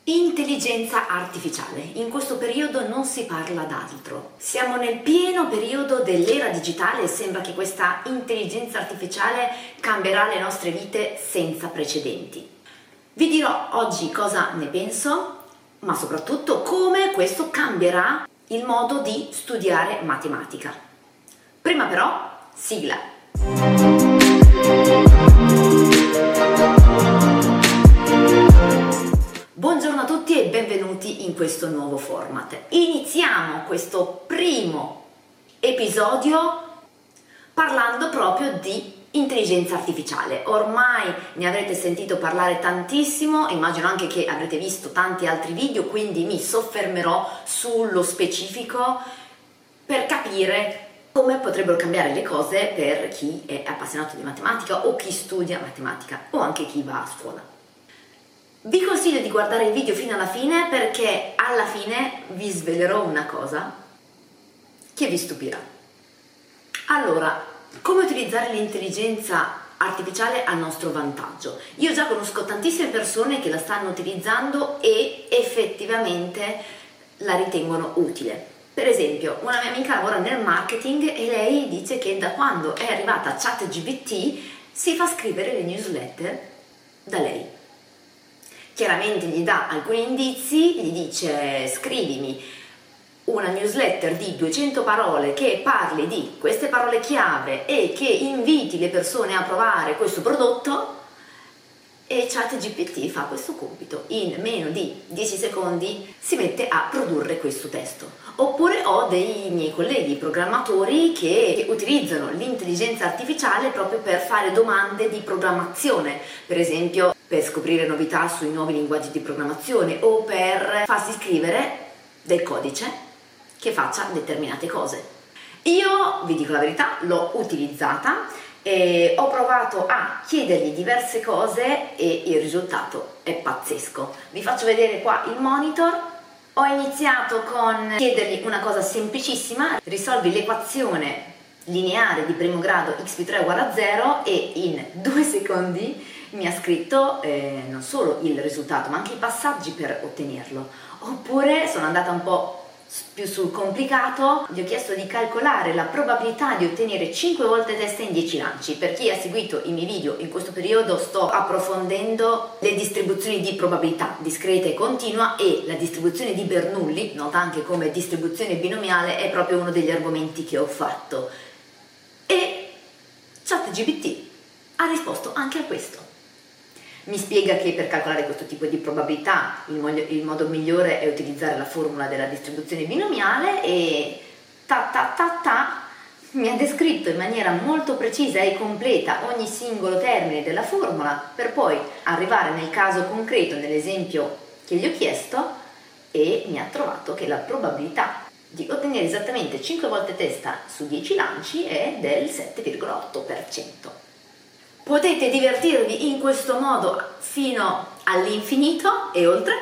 Intelligenza artificiale. In questo periodo non si parla d'altro. Siamo nel pieno periodo dell'era digitale e sembra che questa intelligenza artificiale cambierà le nostre vite senza precedenti. Vi dirò oggi cosa ne penso, ma soprattutto come questo cambierà il modo di studiare matematica. Prima però, sigla! Buongiorno a tutti e benvenuti in questo nuovo format. Iniziamo questo primo episodio parlando proprio di intelligenza artificiale. Ormai ne avrete sentito parlare tantissimo, immagino anche che avrete visto tanti altri video, quindi mi soffermerò sullo specifico per capire come potrebbero cambiare le cose per chi è appassionato di matematica o chi studia matematica o anche chi va a scuola. Vi consiglio di guardare il video fino alla fine perché alla fine vi svelerò una cosa che vi stupirà. Allora, come utilizzare l'intelligenza artificiale a nostro vantaggio? Io già conosco tantissime persone che la stanno utilizzando e effettivamente la ritengono utile. Per esempio, una mia amica lavora nel marketing e lei dice che da quando è arrivata ChatGPT si fa scrivere le newsletter da lei. Chiaramente gli dà alcuni indizi, gli dice scrivimi una newsletter di 200 parole che parli di queste parole chiave e che inviti le persone a provare questo prodotto, e ChatGPT fa questo compito. In meno di 10 secondi si mette a produrre questo testo. Oppure ho dei miei colleghi programmatori che utilizzano l'intelligenza artificiale proprio per fare domande di programmazione, per esempio per scoprire novità sui nuovi linguaggi di programmazione o per farsi scrivere del codice che faccia determinate cose. Io, vi dico la verità, l'ho utilizzata e ho provato a chiedergli diverse cose e il risultato è pazzesco. Vi faccio vedere qua il monitor. Ho iniziato con chiedergli una cosa semplicissima: risolvi l'equazione lineare di primo grado x più 3 uguale a 0, e in 2 secondi mi ha scritto non solo il risultato ma anche i passaggi per ottenerlo. Oppure sono andata un po' più sul complicato, gli ho chiesto di calcolare la probabilità di ottenere 5 volte testa in 10 lanci. Per chi ha seguito i miei video in questo periodo sto approfondendo le distribuzioni di probabilità discreta e continua, e la distribuzione di Bernoulli, nota anche come distribuzione binomiale, è proprio uno degli argomenti che ho fatto. E ChatGPT ha risposto anche a questo. Mi spiega che per calcolare questo tipo di probabilità il modo migliore è utilizzare la formula della distribuzione binomiale, e mi ha descritto in maniera molto precisa e completa ogni singolo termine della formula per poi arrivare nel caso concreto, nell'esempio che gli ho chiesto, e mi ha trovato che la probabilità di ottenere esattamente 5 volte testa su 10 lanci è del 7,8%. Potete divertirvi in questo modo fino all'infinito e oltre.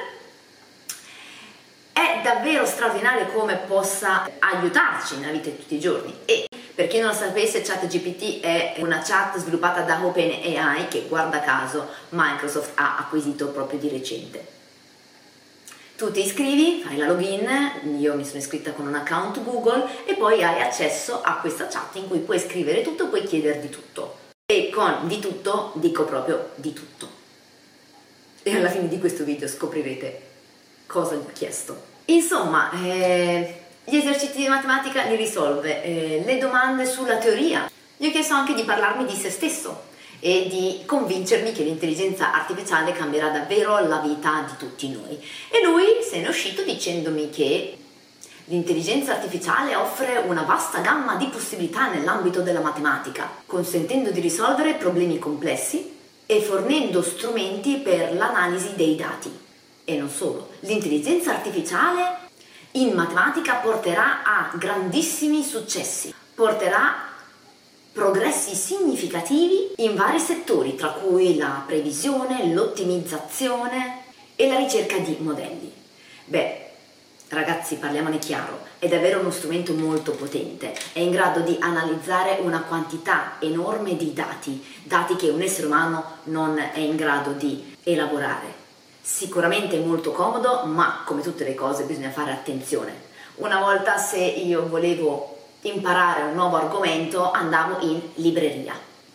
È davvero straordinario come possa aiutarci nella vita di tutti i giorni. E per chi non lo sapesse, ChatGPT è una chat sviluppata da OpenAI che, guarda caso, Microsoft ha acquisito proprio di recente. Tu ti iscrivi, fai la login, io mi sono iscritta con un account Google, e poi hai accesso a questa chat in cui puoi scrivere tutto, puoi chiedere di tutto. E con di tutto dico proprio di tutto. E alla fine di questo video scoprirete cosa gli ho chiesto. Insomma, gli esercizi di matematica li risolve, le domande sulla teoria. Gli ho chiesto anche di parlarmi di se stesso e di convincermi che l'intelligenza artificiale cambierà davvero la vita di tutti noi. E lui se ne è uscito dicendomi che l'intelligenza artificiale offre una vasta gamma di possibilità nell'ambito della matematica, consentendo di risolvere problemi complessi e fornendo strumenti per l'analisi dei dati. E non solo, l'intelligenza artificiale in matematica porterà a grandissimi successi, porterà progressi significativi in vari settori, tra cui la previsione, l'ottimizzazione e la ricerca di modelli. Beh, ragazzi, parliamone chiaro, è davvero uno strumento molto potente, è in grado di analizzare una quantità enorme di dati che un essere umano non è in grado di elaborare. sicuramente molto comodo, ma come tutte le cose bisogna fare attenzione. Una volta, se io volevo imparare un nuovo argomento, andavo in libreria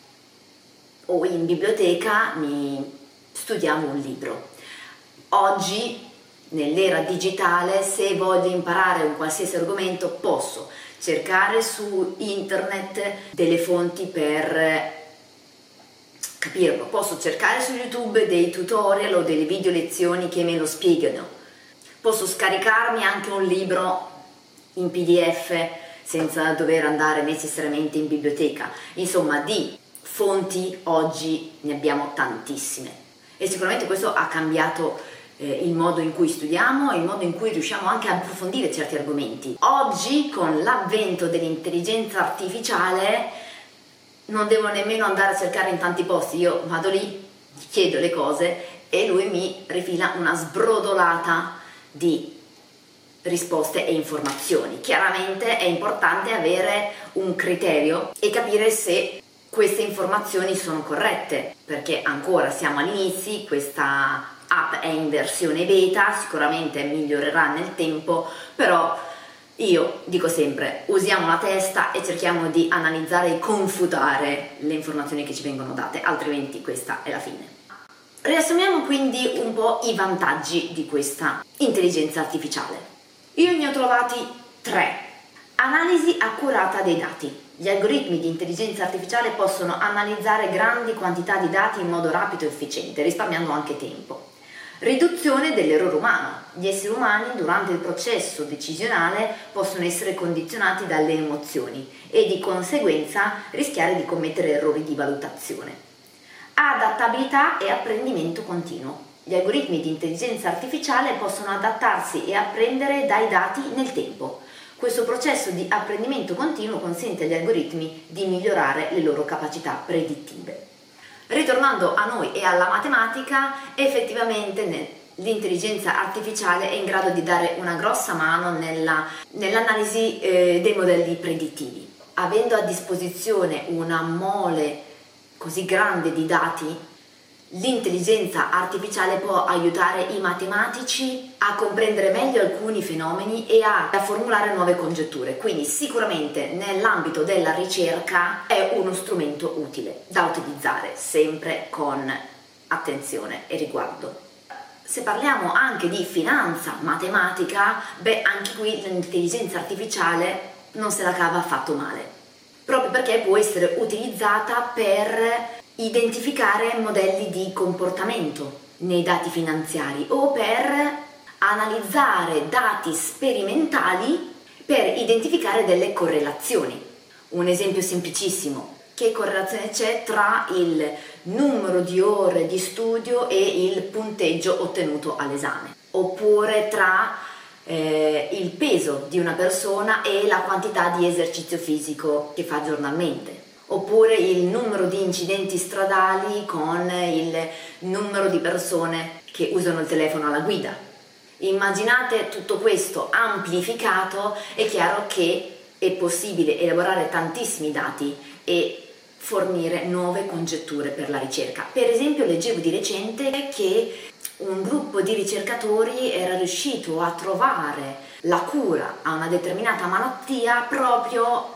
o in biblioteca, mi studiavo un libro. Oggi, nell'era digitale, se voglio imparare un qualsiasi argomento, posso cercare su internet delle fonti per capirlo, posso cercare su YouTube dei tutorial o delle video lezioni che me lo spiegano, posso scaricarmi anche un libro in PDF senza dover andare necessariamente in biblioteca. Insomma, di fonti oggi ne abbiamo tantissime e sicuramente questo ha cambiato il modo in cui studiamo e il modo in cui riusciamo anche a approfondire certi argomenti. Oggi, con l'avvento dell'intelligenza artificiale, non devo nemmeno andare a cercare in tanti posti, io vado lì, chiedo le cose e lui mi rifila una sbrodolata di risposte e informazioni. Chiaramente è importante avere un criterio e capire se queste informazioni sono corrette, perché ancora siamo all'inizio, questa app è in versione beta, sicuramente migliorerà nel tempo, però io dico sempre, usiamo la testa e cerchiamo di analizzare e confutare le informazioni che ci vengono date, altrimenti questa è la fine. Riassumiamo quindi un po' i vantaggi di questa intelligenza artificiale. Io ne ho trovati 3. Analisi accurata dei dati. Gli algoritmi di intelligenza artificiale possono analizzare grandi quantità di dati in modo rapido e efficiente, risparmiando anche tempo. Riduzione dell'errore umano. Gli esseri umani durante il processo decisionale possono essere condizionati dalle emozioni e di conseguenza rischiare di commettere errori di valutazione. Adattabilità e apprendimento continuo. Gli algoritmi di intelligenza artificiale possono adattarsi e apprendere dai dati nel tempo. Questo processo di apprendimento continuo consente agli algoritmi di migliorare le loro capacità predittive. Ritornando a noi e alla matematica, effettivamente l'intelligenza artificiale è in grado di dare una grossa mano nell'analisi dei modelli predittivi. Avendo a disposizione una mole così grande di dati, l'intelligenza artificiale può aiutare i matematici a comprendere meglio alcuni fenomeni e a formulare nuove congetture, quindi sicuramente nell'ambito della ricerca è uno strumento utile da utilizzare sempre con attenzione e riguardo. Se parliamo anche di finanza matematica, anche qui l'intelligenza artificiale non se la cava affatto male, proprio perché può essere utilizzata per identificare modelli di comportamento nei dati finanziari o per analizzare dati sperimentali per identificare delle correlazioni. Un esempio semplicissimo: che correlazione c'è tra il numero di ore di studio e il punteggio ottenuto all'esame, oppure tra il peso di una persona e la quantità di esercizio fisico che fa giornalmente, oppure il numero di incidenti stradali con il numero di persone che usano il telefono alla guida. Immaginate tutto questo amplificato, è chiaro che è possibile elaborare tantissimi dati e fornire nuove congetture per la ricerca. Per esempio, leggevo di recente che un gruppo di ricercatori era riuscito a trovare la cura a una determinata malattia proprio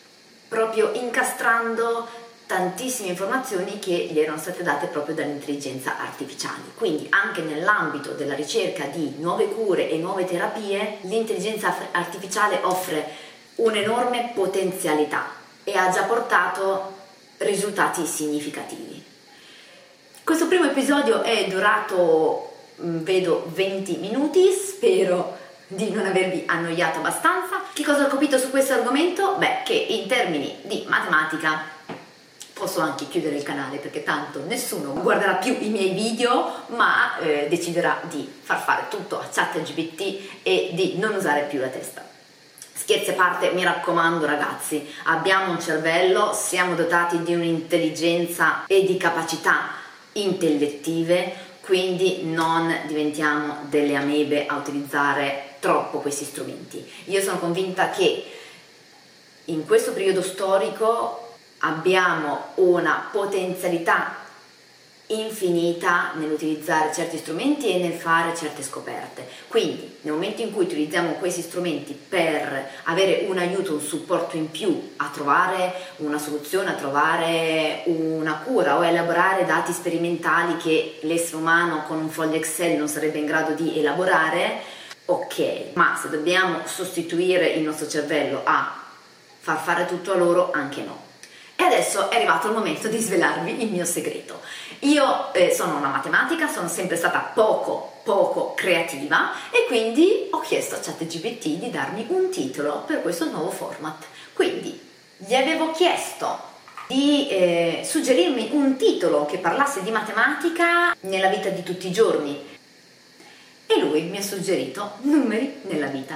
incastrando tantissime informazioni che gli erano state date proprio dall'intelligenza artificiale. Quindi anche nell'ambito della ricerca di nuove cure e nuove terapie, l'intelligenza artificiale offre un'enorme potenzialità e ha già portato risultati significativi. Questo primo episodio è durato, vedo, 20 minuti, spero di non avervi annoiato abbastanza. Che cosa ho capito su questo argomento? Che in termini di matematica posso anche chiudere il canale, perché tanto nessuno guarderà più i miei video, ma deciderà di far fare tutto a ChatGPT e di non usare più la testa. Scherzi a parte, mi raccomando ragazzi, abbiamo un cervello, siamo dotati di un'intelligenza e di capacità intellettive, quindi non diventiamo delle amebe a utilizzare troppo questi strumenti. Io sono convinta che in questo periodo storico abbiamo una potenzialità infinita nell'utilizzare certi strumenti e nel fare certe scoperte. Quindi nel momento in cui utilizziamo questi strumenti per avere un aiuto, un supporto in più a trovare una soluzione, a trovare una cura o a elaborare dati sperimentali che l'essere umano con un foglio Excel non sarebbe in grado di elaborare, ok, ma se dobbiamo sostituire il nostro cervello a far fare tutto a loro, anche no. E adesso è arrivato il momento di svelarvi il mio segreto. Io sono una matematica, sono sempre stata poco creativa e quindi ho chiesto a ChatGPT di darmi un titolo per questo nuovo format. Quindi gli avevo chiesto di suggerirmi un titolo che parlasse di matematica nella vita di tutti i giorni e lui mi ha suggerito Numeri nella vita.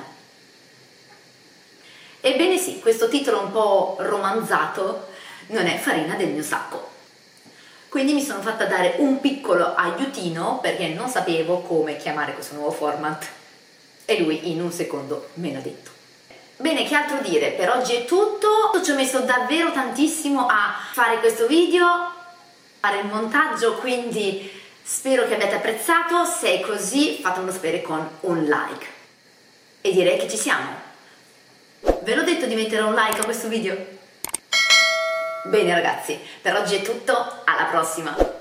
Ebbene sì, questo titolo un po' romanzato non è farina del mio sacco. Quindi mi sono fatta dare un piccolo aiutino perché non sapevo come chiamare questo nuovo format e lui in un secondo me l'ha detto. Bene, che altro dire? Per oggi è tutto. Ci ho messo davvero tantissimo a fare questo video, fare il montaggio, quindi spero che abbiate apprezzato. Se è così fatemelo sapere con un like. E direi che ci siamo. Ve l'ho detto di mettere un like a questo video? Bene ragazzi, per oggi è tutto, alla prossima!